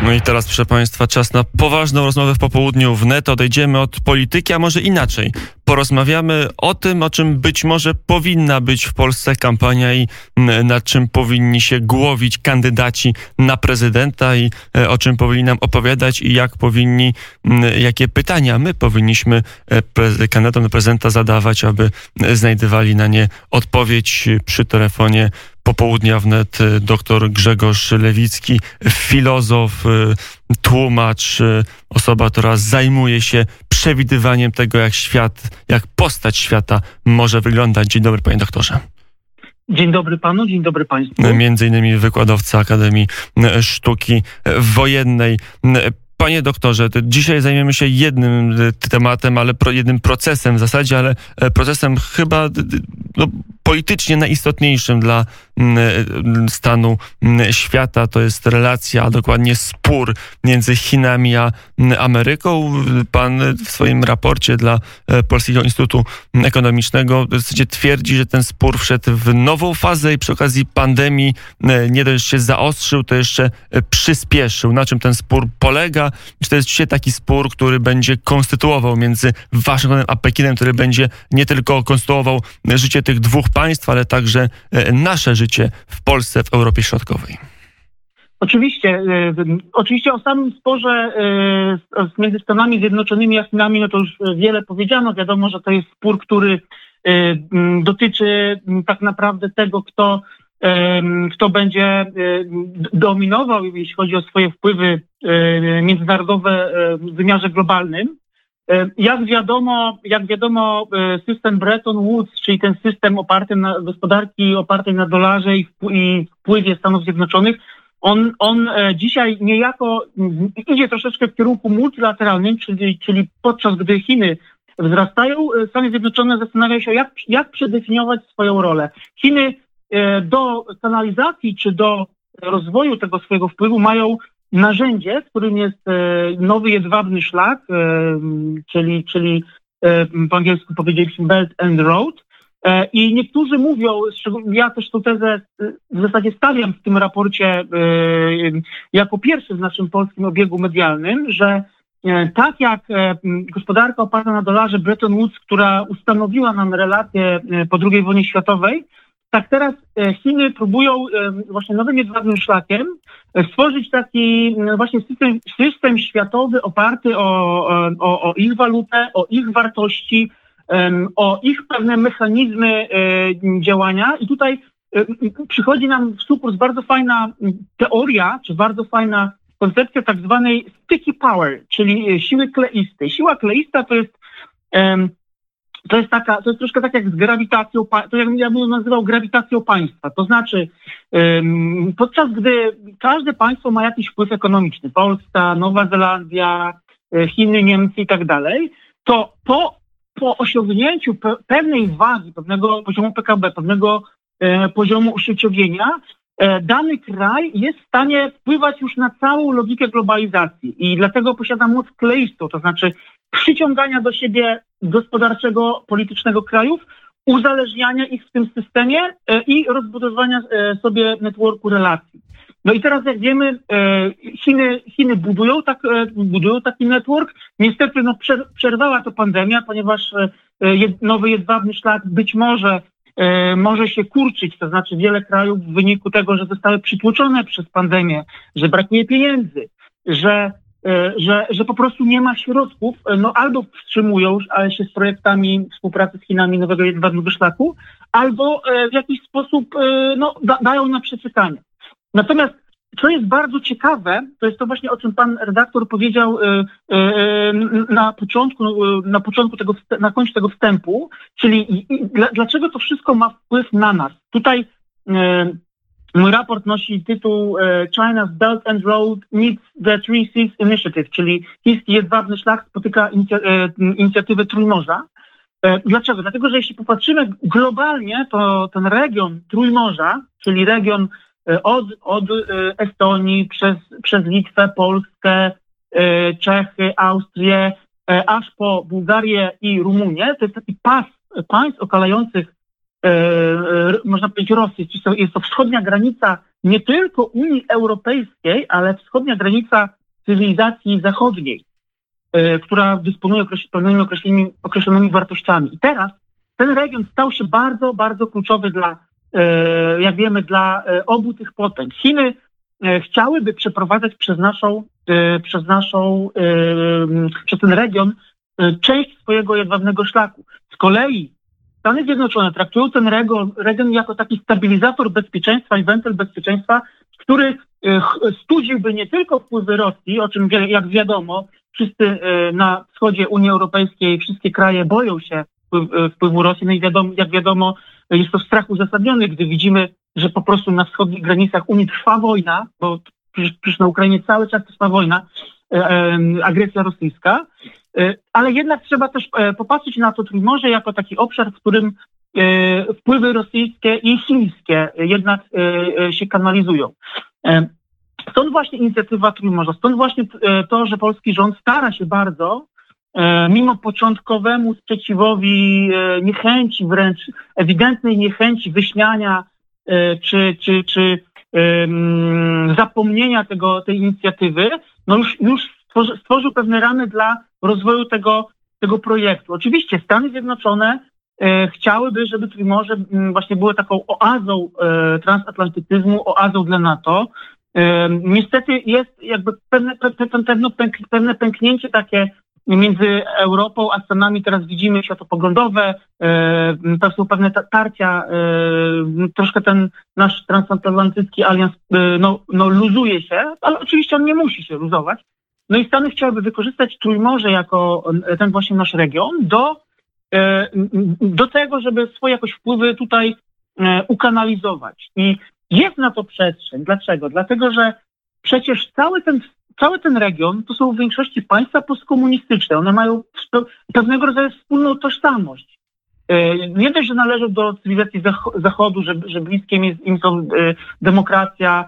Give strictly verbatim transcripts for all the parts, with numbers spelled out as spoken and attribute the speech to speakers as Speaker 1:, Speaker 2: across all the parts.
Speaker 1: No i teraz, proszę Państwa, czas na poważną rozmowę w popołudniu wnet. Odejdziemy od polityki, a może inaczej. Porozmawiamy o tym, o czym być może powinna być w Polsce kampania i nad czym powinni się głowić kandydaci na prezydenta i o czym powinni nam opowiadać i jak powinni, jakie pytania my powinniśmy kandydatom na prezydenta zadawać, aby znajdywali na nie odpowiedź. Przy telefonie Popołudnia wnet dr Grzegorz Lewicki, filozof, tłumacz, osoba, która zajmuje się przewidywaniem tego, jak świat, jak postać świata może wyglądać. Dzień dobry, panie doktorze.
Speaker 2: Dzień dobry panu, dzień dobry państwu.
Speaker 1: Między innymi wykładowca Akademii Sztuki Wojennej. Panie doktorze, dzisiaj zajmiemy się jednym tematem, ale pro, jednym procesem w zasadzie, ale procesem chyba no, politycznie najistotniejszym dla stanu świata. To jest relacja, a dokładnie spór między Chinami a Ameryką. Pan w swoim raporcie dla Polskiego Instytutu Ekonomicznego w zasadzie twierdzi, że ten spór wszedł w nową fazę i przy okazji pandemii nie dość się zaostrzył, to jeszcze przyspieszył. Na czym ten spór polega? Czy to jest dzisiaj taki spór, który będzie konstytuował między Waszyngtonem a Pekinem, który będzie nie tylko konstytuował życie tych dwóch państw, ale także nasze życie w Polsce, w Europie Środkowej?
Speaker 2: Oczywiście. E, oczywiście o samym sporze e, między Stanami Zjednoczonymi a Chinami, no to już wiele powiedziano. Wiadomo, że to jest spór, który e, dotyczy tak naprawdę tego, kto kto będzie dominował, jeśli chodzi o swoje wpływy międzynarodowe w wymiarze globalnym. Jak wiadomo, jak wiadomo, system Bretton Woods, czyli ten system oparty na gospodarki opartej na dolarze i wpływie Stanów Zjednoczonych, on, on dzisiaj niejako idzie troszeczkę w kierunku multilateralnym, czyli, czyli podczas gdy Chiny wzrastają, Stany Zjednoczone zastanawiają się, jak, jak przedefiniować swoją rolę. Chiny do kanalizacji czy do rozwoju tego swojego wpływu mają narzędzie, którym jest nowy jedwabny szlak, czyli, czyli po angielsku powiedzieliśmy Belt and Road. I niektórzy mówią, ja też tę tezę w zasadzie stawiam w tym raporcie jako pierwszy w naszym polskim obiegu medialnym, że tak jak gospodarka oparta na dolarze Bretton Woods, która ustanowiła nam relacje po drugiej wojnie światowej, tak teraz Chiny próbują właśnie nowym jedwabnym szlakiem stworzyć taki właśnie system, system światowy oparty o, o, o ich walutę, o ich wartości, o ich pewne mechanizmy działania. I tutaj przychodzi nam w sukurs bardzo fajna teoria, czy bardzo fajna koncepcja tak zwanej sticky power, czyli siły kleistej. Siła kleista to jest To jest taka, to jest troszkę tak jak z grawitacją, to jak ja bym nazywał grawitacją państwa. To znaczy, um, podczas gdy każde państwo ma jakiś wpływ ekonomiczny, Polska, Nowa Zelandia, Chiny, Niemcy i tak dalej, to po, po osiągnięciu pe pewnej wagi, pewnego poziomu P K B, pewnego e, poziomu usieciowienia, e, dany kraj jest w stanie wpływać już na całą logikę globalizacji i dlatego posiada moc kleistą, to znaczy przyciągania do siebie gospodarczego, politycznego krajów, uzależniania ich w tym systemie i rozbudowania sobie networku relacji. No i teraz, jak wiemy, Chiny, Chiny budują, tak, budują taki network. Niestety no, przerwała to pandemia, ponieważ nowy jedwabny szlak być może może się kurczyć, to znaczy wiele krajów w wyniku tego, że zostały przytłoczone przez pandemię, że brakuje pieniędzy, że Że, że po prostu nie ma środków, no albo wstrzymują ale się z projektami współpracy z Chinami nowego jedwabnego szlaku, albo w jakiś sposób no, da, dają na przeczekanie. Natomiast co jest bardzo ciekawe, to jest to właśnie, o czym pan redaktor powiedział na początku, na początku tego, na końcu tego wstępu, czyli dlaczego to wszystko ma wpływ na nas. Tutaj mój raport nosi tytuł China's Belt and Road meets the Three Seas Initiative, czyli chiński jedwabny szlak spotyka inicja, inicjatywę Trójmorza. Dlaczego? Dlatego, że jeśli popatrzymy globalnie, to ten region Trójmorza, czyli region od, od Estonii przez, przez Litwę, Polskę, Czechy, Austrię, aż po Bułgarię i Rumunię, to jest taki pas państw okalających można powiedzieć Rosji, czyli jest to wschodnia granica nie tylko Unii Europejskiej, ale wschodnia granica cywilizacji zachodniej, która dysponuje pewnymi określonymi, określonymi wartościami. I teraz ten region stał się bardzo, bardzo kluczowy dla, jak wiemy, dla obu tych potęg. Chiny chciałyby przeprowadzać przez naszą, przez naszą, przez ten region część swojego jedwabnego szlaku. Z kolei Stany Zjednoczone traktują ten region, region jako taki stabilizator bezpieczeństwa i wentyl bezpieczeństwa, który studziłby nie tylko wpływy Rosji, o czym jak wiadomo, wszyscy na wschodzie Unii Europejskiej, wszystkie kraje boją się wpływu Rosji, no i wiadomo, jak wiadomo, jest to strach uzasadniony, gdy widzimy, że po prostu na wschodnich granicach Unii trwa wojna, bo przecież, przecież na Ukrainie cały czas trwa wojna, e, e, agresja rosyjska, e, ale jednak trzeba też e, popatrzeć na to Trójmorze jako taki obszar, w którym e, wpływy rosyjskie i chińskie jednak e, się kanalizują. E, stąd właśnie inicjatywa Trójmorza, stąd właśnie e, to, że polski rząd stara się bardzo, e, mimo początkowemu sprzeciwowi, e, niechęci wręcz, ewidentnej niechęci wyśmiania czy, czy, czy um, zapomnienia tego, tej inicjatywy, no już, już stworzy, stworzył pewne ramy dla rozwoju tego, tego projektu. Oczywiście Stany Zjednoczone e, chciałyby, żeby Trójmorze m, właśnie było taką oazą e, transatlantycyzmu, oazą dla NATO. E, niestety jest jakby pewne, pe, pe, pewne, pęk, pewne pęknięcie takie między Europą a Stanami. Teraz widzimy światopoglądowe, e, to są pewne tarcia, e, troszkę ten nasz transatlantycki alians e, no, no luzuje się, ale oczywiście on nie musi się luzować. No i Stany chciałyby wykorzystać Trójmorze jako ten właśnie nasz region do, e, do tego, żeby swoje jakoś wpływy tutaj e, ukanalizować. I jest na to przestrzeń. Dlaczego? Dlatego, że przecież cały ten Cały ten region to są w większości państwa postkomunistyczne. One mają pewnego rodzaju wspólną tożsamość. Nie dość, że należą do cywilizacji Zachodu, że, że bliskie im są demokracja,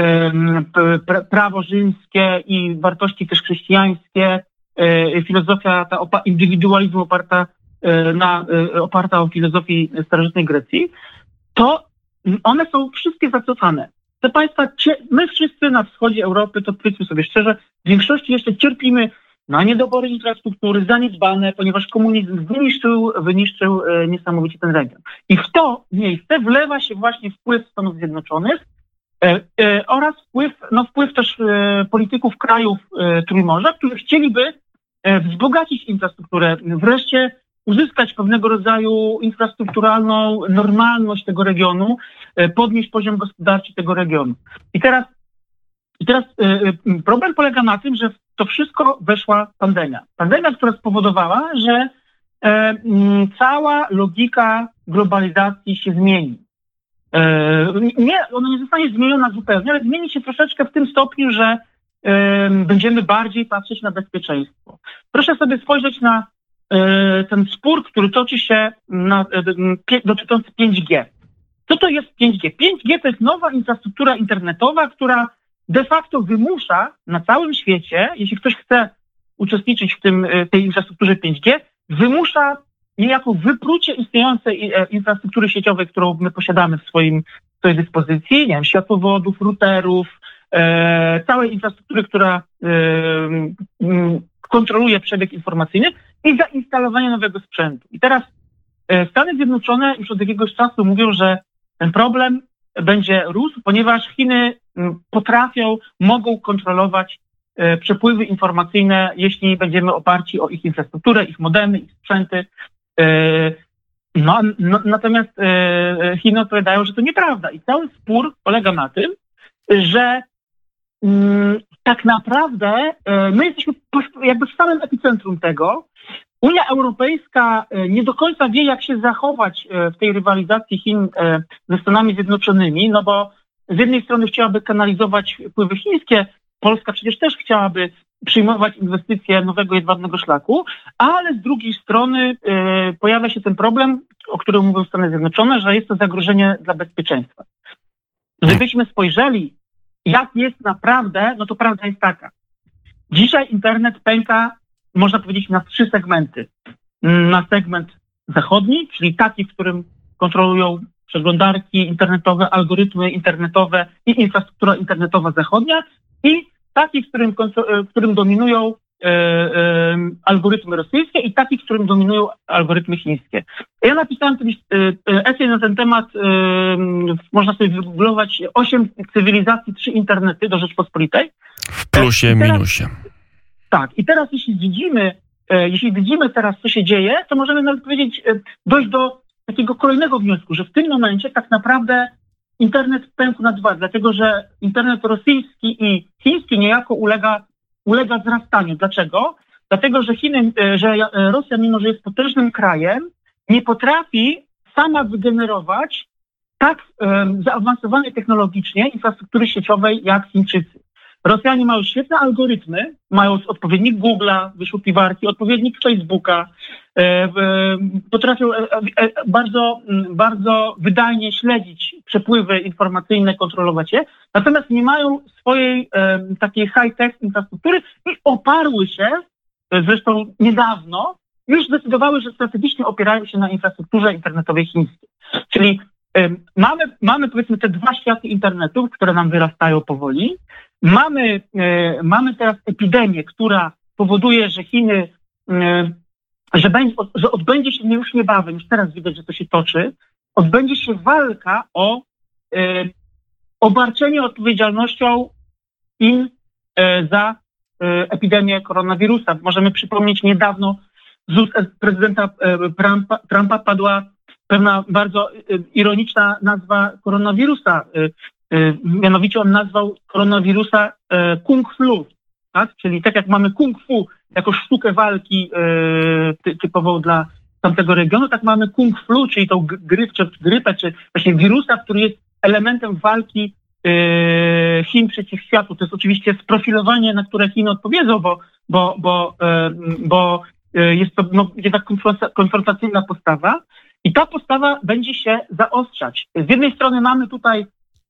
Speaker 2: prawo rzymskie i wartości też chrześcijańskie, filozofia ta indywidualizmu oparta, na, oparta o filozofii starożytnej Grecji, to one są wszystkie zacofane. Te państwa, my wszyscy na wschodzie Europy, to powiedzmy sobie szczerze, w większości jeszcze cierpimy na niedobory infrastruktury, zaniedbane, ponieważ komunizm wyniszczył, wyniszczył e, niesamowicie ten region. I w to miejsce wlewa się właśnie wpływ Stanów Zjednoczonych e, e, oraz wpływ, no wpływ też e, polityków krajów e, Trójmorza, którzy chcieliby e, wzbogacić infrastrukturę, wreszcie uzyskać pewnego rodzaju infrastrukturalną normalność tego regionu, podnieść poziom gospodarczy tego regionu. I teraz, i teraz y, problem polega na tym, że w to wszystko weszła pandemia. Pandemia, która spowodowała, że y, y, cała logika globalizacji się zmieni. Y, nie, ona nie zostanie zmieniona zupełnie, ale zmieni się troszeczkę w tym stopniu, że y, będziemy bardziej patrzeć na bezpieczeństwo. Proszę sobie spojrzeć na ten spór, który toczy się na, dotyczący pięć G. Co to jest pięć G? pięć G to jest nowa infrastruktura internetowa, która de facto wymusza na całym świecie, jeśli ktoś chce uczestniczyć w tym, tej infrastrukturze pięć G, wymusza niejako wyprócie istniejącej infrastruktury sieciowej, którą my posiadamy w swoim, w swojej dyspozycji, nie wiem, światłowodów, routerów, e, całej infrastruktury, która e, m, kontroluje przebieg informacyjny i zainstalowanie nowego sprzętu. I teraz e, Stany Zjednoczone już od jakiegoś czasu mówią, że ten problem będzie rósł, ponieważ Chiny m, potrafią, mogą kontrolować e, przepływy informacyjne, jeśli będziemy oparci o ich infrastrukturę, ich modemy, ich sprzęty. E, no, no, natomiast e, Chiny odpowiadają, że to nieprawda. I cały spór polega na tym, że m, tak naprawdę e, my jesteśmy jakby w samym epicentrum tego. Unia Europejska nie do końca wie, jak się zachować w tej rywalizacji Chin ze Stanami Zjednoczonymi, no bo z jednej strony chciałaby kanalizować wpływy chińskie, Polska przecież też chciałaby przyjmować inwestycje nowego jedwabnego szlaku, ale z drugiej strony pojawia się ten problem, o którym mówią Stany Zjednoczone, że jest to zagrożenie dla bezpieczeństwa. Gdybyśmy spojrzeli, jak jest naprawdę, no to prawda jest taka. Dzisiaj internet pęka, można powiedzieć, na trzy segmenty. Na segment zachodni, czyli taki, w którym kontrolują przeglądarki internetowe, algorytmy internetowe i infrastruktura internetowa zachodnia i taki, w którym, w którym dominują e, e, algorytmy rosyjskie i taki, w którym dominują algorytmy chińskie. Ja napisałem kiedyś e, esej na ten temat, e, można sobie wygooglować osiem cywilizacji, trzy internety do Rzeczpospolitej.
Speaker 1: W plusie,
Speaker 2: I teraz,
Speaker 1: minusie.
Speaker 2: Tak, i teraz jeśli widzimy, e, jeśli widzimy teraz, co się dzieje, to możemy nawet powiedzieć, e, dojść do takiego kolejnego wniosku, że w tym momencie tak naprawdę internet pękł na dwa, dlatego że internet rosyjski i chiński niejako ulega, ulega wzrastaniu. Dlaczego? Dlatego, że Chiny, że Rosja, mimo że jest potężnym krajem, nie potrafi sama wygenerować tak um, zaawansowanej technologicznie infrastruktury sieciowej jak Chińczycy. Rosjanie mają świetne algorytmy, mają odpowiednik Google'a, wyszukiwarki, odpowiednik Facebooka, e, e, potrafią e, e, bardzo, bardzo wydajnie śledzić przepływy informacyjne, kontrolować je, natomiast nie mają swojej e, takiej high-tech infrastruktury i oparły się, e, zresztą niedawno, już zdecydowały, że strategicznie opierają się na infrastrukturze internetowej chińskiej. Czyli e, mamy, mamy powiedzmy te dwa światy internetu, które nam wyrastają powoli. Mamy, e, mamy teraz epidemię, która powoduje, że Chiny, e, że, będzie, że odbędzie się już niebawem, już teraz widać, że to się toczy, odbędzie się walka o e, obarczenie odpowiedzialnością Chin e, za e, epidemię koronawirusa. Możemy przypomnieć niedawno z ust prezydenta e, Trumpa, Trumpa padła pewna bardzo e, ironiczna nazwa koronawirusa. E, Mianowicie on nazwał koronawirusa e, kung flu, tak? Czyli tak jak mamy kung fu jako sztukę walki e, ty, typową dla tamtego regionu, tak mamy kung flu, czyli tą gryp, czy grypę, czy właśnie wirusa, który jest elementem walki e, Chin przeciw światu. To jest oczywiście sprofilowanie, na które Chiny odpowiedzą, bo, bo, bo, e, bo jest to no, jednak konfrontacyjna postawa i ta postawa będzie się zaostrzać. Z jednej strony mamy tutaj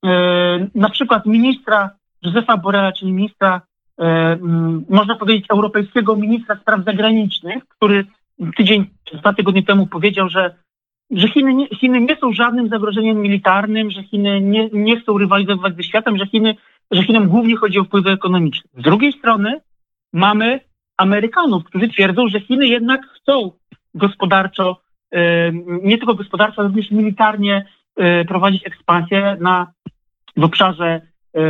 Speaker 2: na przykład ministra Josefa Borrella, czyli ministra, e, można powiedzieć, europejskiego ministra spraw zagranicznych, który tydzień czy dwa tygodnie temu powiedział, że, że Chiny, nie, Chiny nie są żadnym zagrożeniem militarnym, że Chiny nie, nie chcą rywalizować ze światem, że, Chiny, że Chinom głównie chodzi o wpływy ekonomiczne. Z drugiej strony mamy Amerykanów, którzy twierdzą, że Chiny jednak chcą gospodarczo, e, nie tylko gospodarczo, ale również militarnie e, prowadzić ekspansję na w obszarze,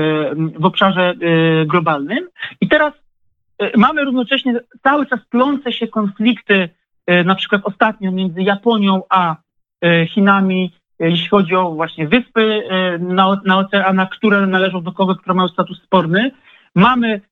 Speaker 2: w obszarze globalnym. I teraz mamy równocześnie cały czas plące się konflikty, na przykład ostatnio między Japonią a Chinami, jeśli chodzi o właśnie wyspy na, na oceanach, które należą do kogoś, które mają status sporny. Mamy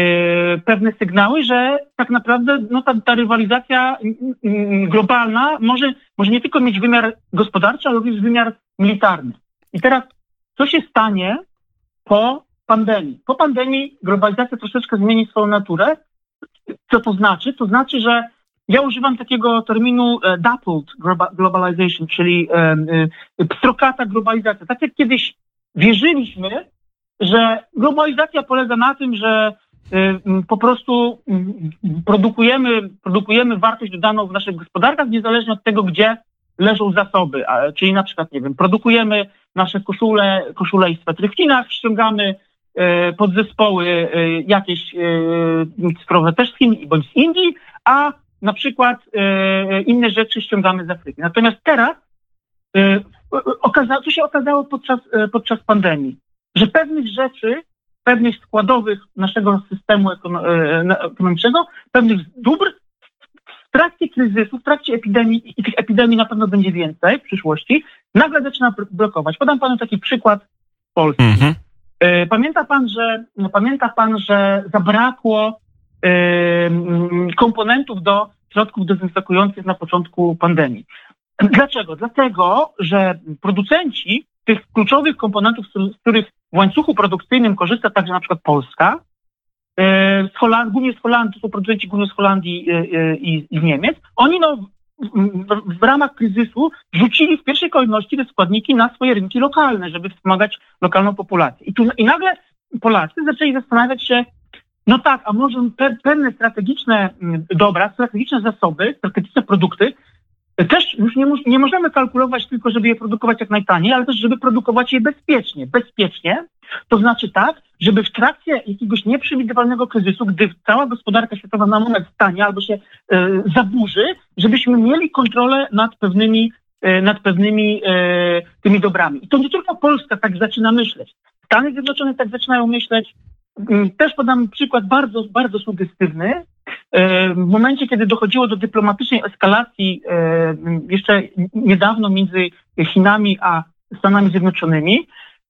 Speaker 2: pewne sygnały, że tak naprawdę no, ta, ta rywalizacja globalna może, może nie tylko mieć wymiar gospodarczy, ale również wymiar militarny. I teraz co się stanie po pandemii? Po pandemii globalizacja troszeczkę zmieni swoją naturę. Co to znaczy? To znaczy, że ja używam takiego terminu e, dappled globalization, czyli e, e, pstrokata globalizacja. Tak jak kiedyś wierzyliśmy, że globalizacja polega na tym, że e, po prostu m, produkujemy, produkujemy wartość dodaną w naszych gospodarkach, niezależnie od tego, gdzie leżą zasoby. A, czyli na przykład, nie wiem, produkujemy nasze koszule, koszule i swetry w Chinach, ściągamy e, podzespoły e, jakieś e, cyfrowe też z Chin bądź z Indii, a na przykład e, inne rzeczy ściągamy z Afryki. Natomiast teraz e, okazało, co się okazało podczas, e, podczas pandemii, że pewnych rzeczy, pewnych składowych naszego systemu ekonomicznego, pewnych dóbr w trakcie kryzysu, w trakcie epidemii, i tych epidemii na pewno będzie więcej w przyszłości, nagle zaczyna blokować. Podam panu taki przykład Polski. Mm-hmm. Pamięta pan, że pamięta pan, że zabrakło y, komponentów do środków dezynfekujących na początku pandemii. Dlaczego? Dlatego, że producenci tych kluczowych komponentów, z których w łańcuchu produkcyjnym korzysta także na przykład Polska, z Holandii, głównie z Holandii, to są producenci głównie z Holandii i, i z Niemiec, oni no w, w ramach kryzysu rzucili w pierwszej kolejności te składniki na swoje rynki lokalne, żeby wspomagać lokalną populację. I, tu, i nagle Polacy zaczęli zastanawiać się, no tak, a może pe, pewne strategiczne dobra, strategiczne zasoby, strategiczne produkty też już nie, nie możemy kalkulować tylko, żeby je produkować jak najtaniej, ale też, żeby produkować je bezpiecznie. Bezpiecznie to znaczy tak, żeby w trakcie jakiegoś nieprzewidywalnego kryzysu, gdy cała gospodarka światowa na moment stanie albo się e, zaburzy, żebyśmy mieli kontrolę nad pewnymi, e, nad pewnymi e, tymi dobrami. I to nie tylko Polska tak zaczyna myśleć. Stany Zjednoczone tak zaczynają myśleć. Też podam przykład bardzo, bardzo sugestywny. W momencie, kiedy dochodziło do dyplomatycznej eskalacji jeszcze niedawno między Chinami a Stanami Zjednoczonymi,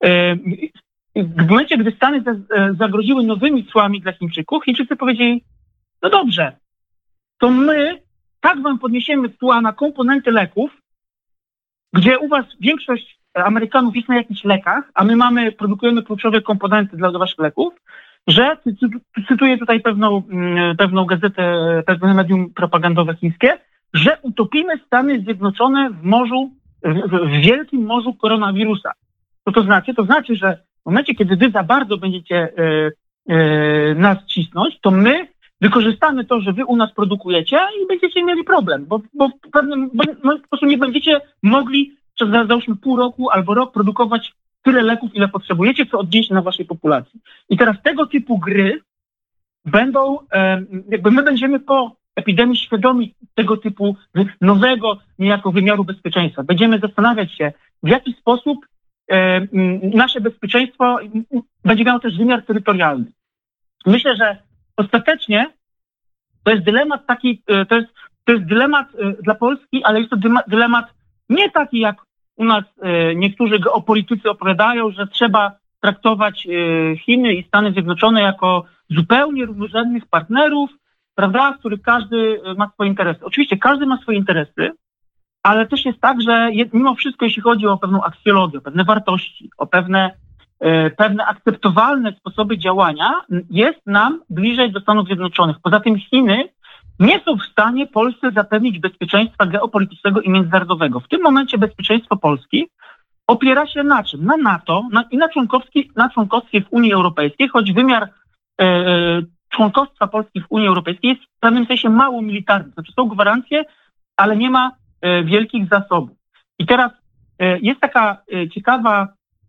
Speaker 2: w momencie, gdy Stany zagroziły nowymi cłami dla Chińczyków, Chińczycy powiedzieli, no dobrze, to my tak wam podniesiemy cła na komponenty leków, gdzie u was większość Amerykanów jest na jakichś lekach, a my mamy, produkujemy kluczowe komponenty dla waszych leków, że, cytuję tutaj pewną, pewną gazetę, pewne medium propagandowe chińskie, że utopimy Stany Zjednoczone w morzu, w wielkim morzu koronawirusa. Co to znaczy? To znaczy, że w momencie, kiedy wy za bardzo będziecie e, e, nas cisnąć, to my wykorzystamy to, że wy u nas produkujecie i będziecie mieli problem, bo, bo, w pewnym, bo no, po prostu nie będziecie mogli przez załóżmy pół roku albo rok produkować tyle leków, ile potrzebujecie, co odniesie na waszej populacji. I teraz tego typu gry będą, e, jakby my będziemy po epidemii świadomi tego typu nowego niejako wymiaru bezpieczeństwa. Będziemy zastanawiać się, w jaki sposób e, nasze bezpieczeństwo będzie miało też wymiar terytorialny. Myślę, że ostatecznie to jest dylemat taki, to jest, to jest dylemat dla Polski, ale jest to dylemat nie taki, jak u nas niektórzy geopolitycy opowiadają, że trzeba traktować Chiny i Stany Zjednoczone jako zupełnie równorzędnych partnerów, prawda, w których każdy ma swoje interesy. Oczywiście każdy ma swoje interesy, ale też jest tak, że mimo wszystko, jeśli chodzi o pewną aksjologię, o pewne wartości, o pewne, pewne akceptowalne sposoby działania, jest nam bliżej do Stanów Zjednoczonych. Poza tym Chiny nie są w stanie Polsce zapewnić bezpieczeństwa geopolitycznego i międzynarodowego. W tym momencie bezpieczeństwo Polski opiera się na czym? Na NATO na, i na, na członkostwie w Unii Europejskiej, choć wymiar e, członkostwa Polski w Unii Europejskiej jest w pewnym sensie mało militarny. Znaczy są gwarancje, ale nie ma e, wielkich zasobów. I teraz e, jest taka e, ciekawa,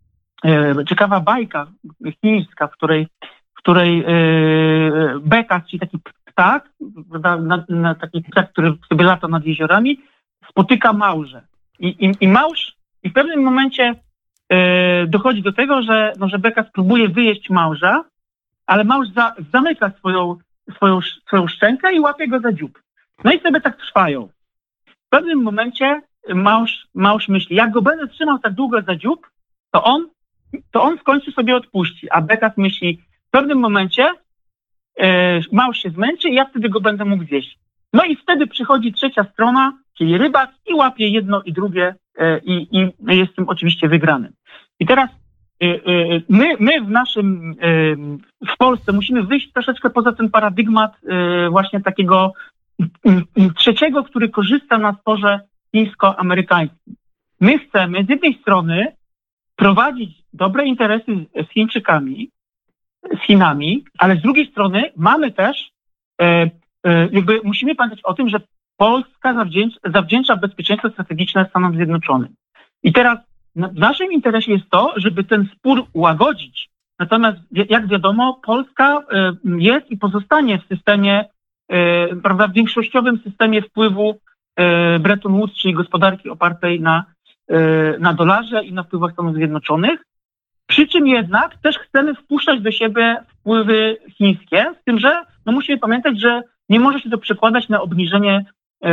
Speaker 2: e, ciekawa bajka chińska, w której, w której e, Bekas, czyli taki ptak, na, na taki ptak, który sobie lata nad jeziorami, spotyka małże. I, i, i małż i w pewnym momencie e, dochodzi do tego, że, no, że Bekas próbuje wyjeść małża, ale małż za, zamyka swoją, swoją, swoją szczękę i łapie go za dziób. No i sobie tak trwają. W pewnym momencie małż, małż myśli, jak go będę trzymał tak długo za dziób, to on, to on w końcu sobie odpuści. A Bekas myśli, w pewnym momencie e, małż się zmęczy i ja wtedy go będę mógł zjeść. No i wtedy przychodzi trzecia strona, czyli rybak i łapie jedno i drugie e, i, i jest tym oczywiście wygranym. I teraz My, my w naszym, w Polsce musimy wyjść troszeczkę poza ten paradygmat właśnie takiego trzeciego, który korzysta na sporze chińsko-amerykańskim. My chcemy z jednej strony prowadzić dobre interesy z Chińczykami, z Chinami, ale z drugiej strony mamy też, jakby musimy pamiętać o tym, że Polska zawdzięcza, zawdzięcza bezpieczeństwo strategiczne Stanom Zjednoczonym. I teraz w naszym interesie jest to, żeby ten spór łagodzić. Natomiast, jak wiadomo, Polska jest i pozostanie w systemie, prawda, w większościowym systemie wpływu Bretton Woods, czyli gospodarki opartej na, na dolarze i na wpływach Stanów Zjednoczonych. Przy czym jednak też chcemy wpuszczać do siebie wpływy chińskie, z tym, że no musimy pamiętać, że nie może się to przekładać na obniżenie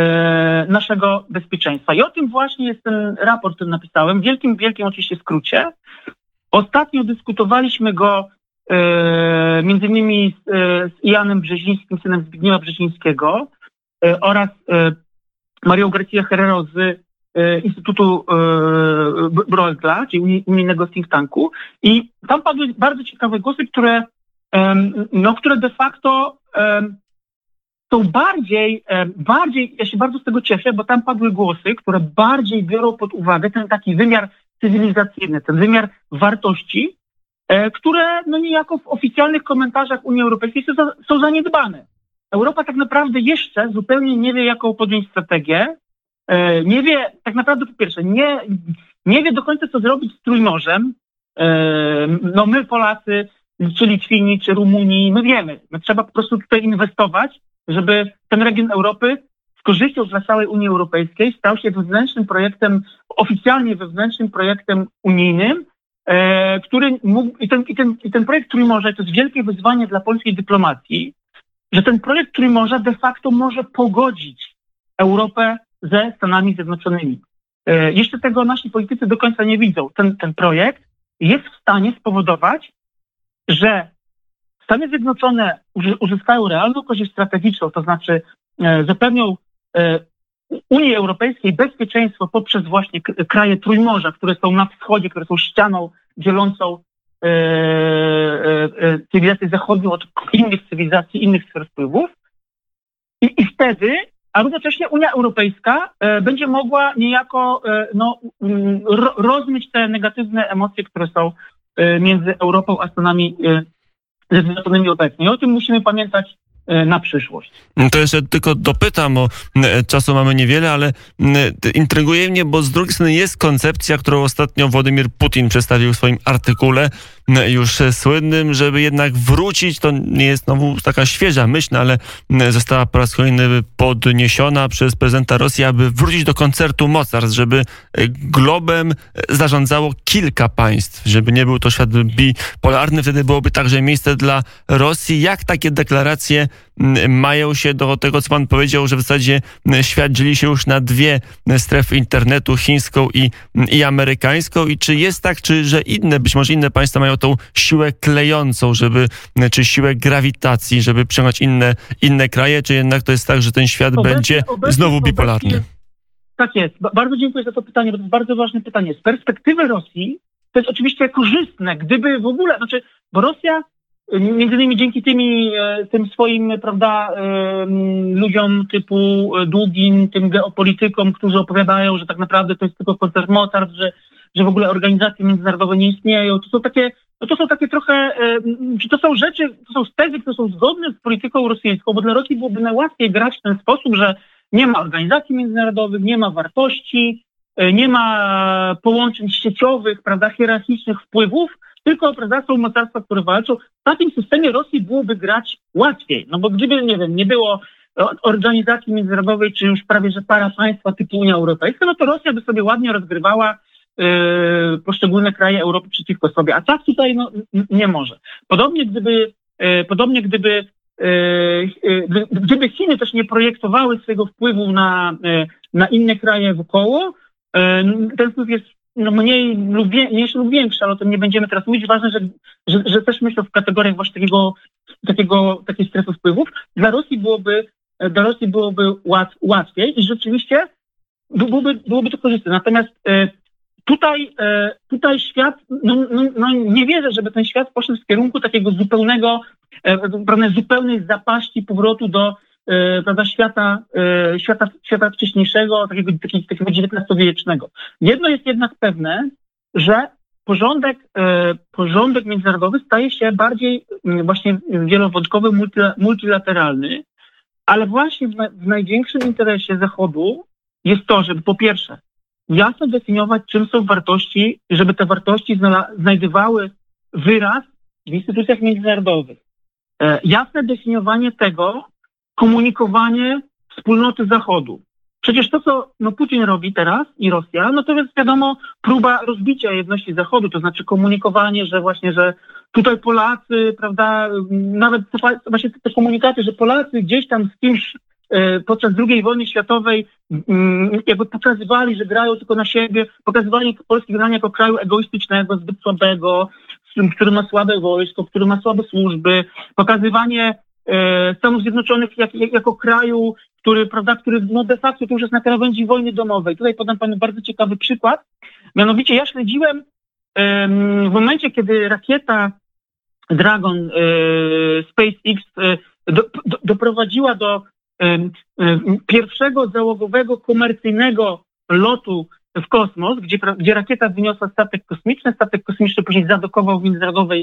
Speaker 2: naszego bezpieczeństwa. I o tym właśnie jest ten raport, który napisałem, w wielkim, wielkim oczywiście skrócie. Ostatnio dyskutowaliśmy go e, między innymi z, e, z Janem Brzezińskim, synem Zbigniewa Brzezińskiego e, oraz e, Marią Garcia Herrero z e, Instytutu e, Bruegla, czyli unijnego think tanku. I tam padły bardzo ciekawe głosy, które, e, no, które de facto e, są bardziej, bardziej, ja się bardzo z tego cieszę, bo tam padły głosy, które bardziej biorą pod uwagę ten taki wymiar cywilizacyjny, ten wymiar wartości, które no niejako w oficjalnych komentarzach Unii Europejskiej są, są zaniedbane. Europa tak naprawdę jeszcze zupełnie nie wie, jaką podjąć strategię nie wie, tak naprawdę po pierwsze, nie, nie wie do końca, co zrobić z Trójmorzem. No my Polacy, czy Litwini, czy Rumuni, my wiemy, no trzeba po prostu tutaj inwestować, żeby ten region Europy z korzyścią dla całej Unii Europejskiej stał się wewnętrznym projektem, oficjalnie wewnętrznym projektem unijnym, e, który mógł, i ten, i, ten, i ten projekt Trójmorza to jest wielkie wyzwanie dla polskiej dyplomacji, że ten projekt Trójmorza de facto może pogodzić Europę ze Stanami Zjednoczonymi. E, jeszcze tego nasi politycy do końca nie widzą. Ten, ten projekt jest w stanie spowodować, że Stany Zjednoczone uzyskają realną korzyść strategiczną, to znaczy e, zapewnią e, Unii Europejskiej bezpieczeństwo poprzez właśnie k- kraje Trójmorza, które są na wschodzie, które są ścianą dzielącą e, e, cywilizację zachodnią od innych cywilizacji, innych sfer wpływów. I, i wtedy, a równocześnie Unia Europejska e, będzie mogła niejako e, no, ro, rozmyć te negatywne emocje, które są e, między Europą a Stanami e, Zjednoczonymi obecnie. I o tym musimy pamiętać na przyszłość.
Speaker 1: To jeszcze tylko dopytam, bo czasu mamy niewiele, ale intryguje mnie, bo z drugiej strony jest koncepcja, którą ostatnio Władimir Putin przedstawił w swoim artykule, już słynnym, żeby jednak wrócić, to nie jest znowu taka świeża myśl, ale została po raz kolejny podniesiona przez prezydenta Rosji, aby wrócić do koncertu mocarstw, żeby globem zarządzało kilka państw, żeby nie był to świat bipolarny, wtedy byłoby także miejsce dla Rosji. Jak takie deklaracje mają się do tego, co pan powiedział, że w zasadzie świat dzieli się już na dwie strefy internetu, chińską i, i amerykańską, i czy jest tak, czy że inne, być może inne państwa mają tą siłę klejącą, żeby, czy siłę grawitacji, żeby przyciągać inne, inne kraje, czy jednak to jest tak, że ten świat obecnie, będzie obecnie, znowu bipolarny?
Speaker 2: Obecnie, tak jest. Bardzo dziękuję za to pytanie, bo to jest bardzo ważne pytanie. Z perspektywy Rosji to jest oczywiście korzystne, gdyby w ogóle, znaczy, bo Rosja między innymi dzięki tymi, tym swoim, prawda, ludziom typu Długin, tym geopolitykom, którzy opowiadają, że tak naprawdę to jest tylko koncert mocarstw, że, że w ogóle organizacje międzynarodowe nie istnieją. To są takie, no to są takie trochę, czy to są rzeczy, to są tezy, które są zgodne z polityką rosyjską, bo dla Rosji byłoby najłatwiej grać w ten sposób, że nie ma organizacji międzynarodowych, nie ma wartości, nie ma połączeń sieciowych, prawda, hierarchicznych wpływów, tylko, prawda, są mocarstwa, które walczą. W takim systemie Rosji byłoby grać łatwiej. No bo gdyby, nie wiem, nie było organizacji międzynarodowej, czy już prawie, że para państwa typu Unia Europejska, no to Rosja by sobie ładnie rozgrywała yy, poszczególne kraje Europy przeciwko sobie. A tak tutaj, no, nie może. Podobnie gdyby, yy, podobnie gdyby, yy, yy, gdyby Chiny też nie projektowały swojego wpływu na, yy, na inne kraje wokoło, yy, ten wpływ jest no mniej lub, wie, mniejszy lub większy, ale o tym nie będziemy teraz mówić. Ważne, że, że, że też myślę w kategoriach właśnie takiego, takiego, takiej strefy wpływów. Dla Rosji byłoby, dla Rosji byłoby łat, łatwiej i rzeczywiście byłoby, byłoby to korzystne. Natomiast e, tutaj, e, tutaj świat, no, no, no nie wierzę, żeby ten świat poszedł w kierunku takiego zupełnego, e, zupełnej zapaści powrotu do prawda, świata, świata, świata wcześniejszego, takiego, takiego dziewiętnastowiecznego. Jedno jest jednak pewne, że porządek, porządek międzynarodowy staje się bardziej właśnie wielowątkowy, multilateralny, ale właśnie w, w największym interesie Zachodu jest to, żeby po pierwsze jasno definiować, czym są wartości, żeby te wartości zna, znajdowały wyraz w instytucjach międzynarodowych. Jasne definiowanie tego, komunikowanie wspólnoty Zachodu. Przecież to, co no, Putin robi teraz i Rosja, no to jest wiadomo próba rozbicia jedności Zachodu, to znaczy komunikowanie, że właśnie, że tutaj Polacy, prawda, nawet właśnie te komunikaty, że Polacy gdzieś tam z kimś e, podczas drugiej wojny światowej m, jakby pokazywali, że grają tylko na siebie, pokazywali polskie granie jako kraju egoistycznego, zbyt słabego, który ma słabe wojsko, który ma słabe służby, pokazywanie Stanów Zjednoczonych jak, jak, jako kraju, który, prawda, który no de facto to już jest na krawędzi wojny domowej. Tutaj podam panu bardzo ciekawy przykład. Mianowicie ja śledziłem um, w momencie, kiedy rakieta Dragon um, SpaceX um, do, do, doprowadziła do um, um, pierwszego załogowego komercyjnego lotu w kosmos, gdzie, gdzie rakieta wyniosła statek kosmiczny, statek kosmiczny później zadokował w międzynarodowej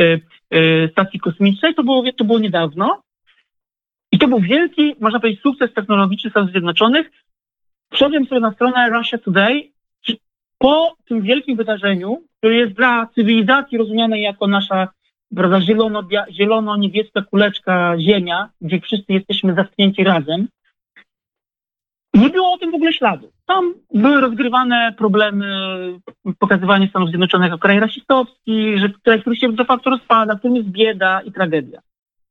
Speaker 2: stacji kosmicznej, to było, to było niedawno i to był wielki, można powiedzieć, sukces technologiczny Stanów Zjednoczonych, Wszedłem sobie na stronę Russia Today. Po tym wielkim wydarzeniu, które jest dla cywilizacji rozumianej jako nasza, prawda, zielono, zielono-niebieska kuleczka Ziemia, gdzie wszyscy jesteśmy zamknięci razem, nie było o tym w ogóle śladu. Tam były rozgrywane problemy, pokazywanie Stanów Zjednoczonych jako kraj rasistowski, że kraj, który się de facto rozpada, w którym jest bieda i tragedia.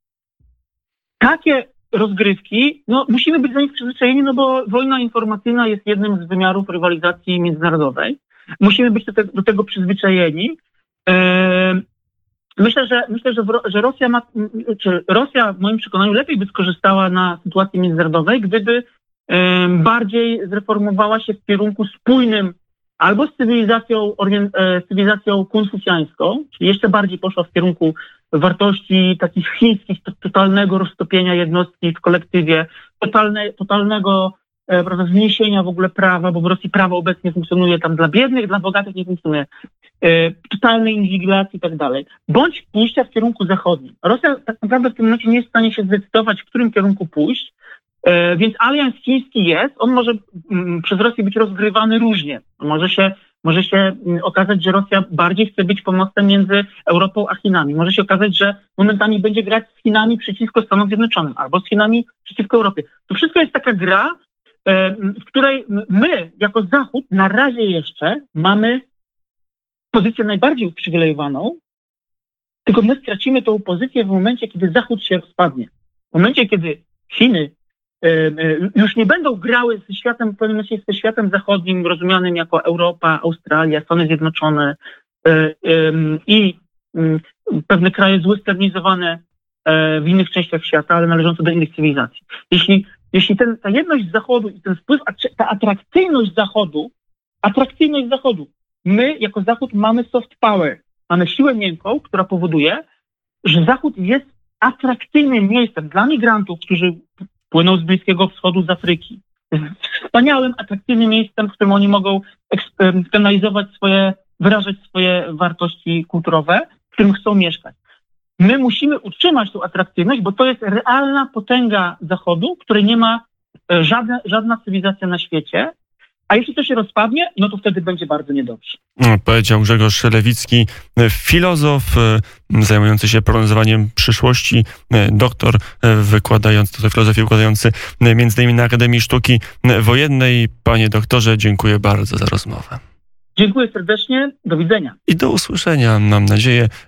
Speaker 2: Takie rozgrywki, no musimy być za nich przyzwyczajeni, no bo wojna informacyjna jest jednym z wymiarów rywalizacji międzynarodowej. Musimy być do, te, do tego przyzwyczajeni. Eee, myślę, że myślę, że, w, że Rosja ma, czy Rosja w moim przekonaniu lepiej by skorzystała na sytuacji międzynarodowej, gdyby e, bardziej zreformowała się w kierunku spójnym albo z cywilizacją, orient, e, cywilizacją konfucjańską, czyli jeszcze bardziej poszła w kierunku wartości takich chińskich, totalnego roztopienia jednostki w kolektywie, totalne, totalnego e, prawda, zniesienia w ogóle prawa, bo w Rosji prawo obecnie funkcjonuje tam dla biednych, dla bogatych nie funkcjonuje, e, totalnej inwigilacji i tak dalej. Bądź pójścia w kierunku zachodnim. Rosja tak naprawdę w tym momencie nie jest w stanie się zdecydować, w którym kierunku pójść, e, więc alians chiński jest, on może m, przez Rosję być rozgrywany różnie. Może się Może się okazać, że Rosja bardziej chce być pomostem między Europą a Chinami. Może się okazać, że momentami będzie grać z Chinami przeciwko Stanom Zjednoczonym albo z Chinami przeciwko Europie. To wszystko jest taka gra, w której my jako Zachód na razie jeszcze mamy pozycję najbardziej uprzywilejowaną, tylko my stracimy tą pozycję w momencie, kiedy Zachód się rozpadnie. W momencie, kiedy Chiny już nie będą grały ze światem, w pewnym sensie ze światem zachodnim, rozumianym jako Europa, Australia, Stany Zjednoczone i pewne kraje zwesternizowane w innych częściach świata, ale należące do innych cywilizacji. Jeśli, jeśli ten, ta jedność Zachodu i ten wpływ, ta atrakcyjność Zachodu, atrakcyjność Zachodu, my jako Zachód mamy soft power, mamy siłę miękką, która powoduje, że Zachód jest atrakcyjnym miejscem dla migrantów, którzy płyną z Bliskiego Wschodu, z Afryki. Jest wspaniałym, atrakcyjnym miejscem, w którym oni mogą ekspenalizować swoje, wyrażać swoje wartości kulturowe, w którym chcą mieszkać. My musimy utrzymać tą atrakcyjność, bo to jest realna potęga Zachodu, której nie ma żadna, żadna cywilizacja na świecie. A jeśli to się rozpadnie, no to wtedy będzie bardzo niedobrze.
Speaker 1: Powiedział Grzegorz Lewicki, filozof zajmujący się prognozowaniem przyszłości, doktor wykładający, doktor filozofii wykładający między innymi na Akademii Sztuki Wojennej. Panie doktorze, dziękuję bardzo za rozmowę.
Speaker 2: Dziękuję serdecznie, do widzenia.
Speaker 1: I do usłyszenia, mam nadzieję,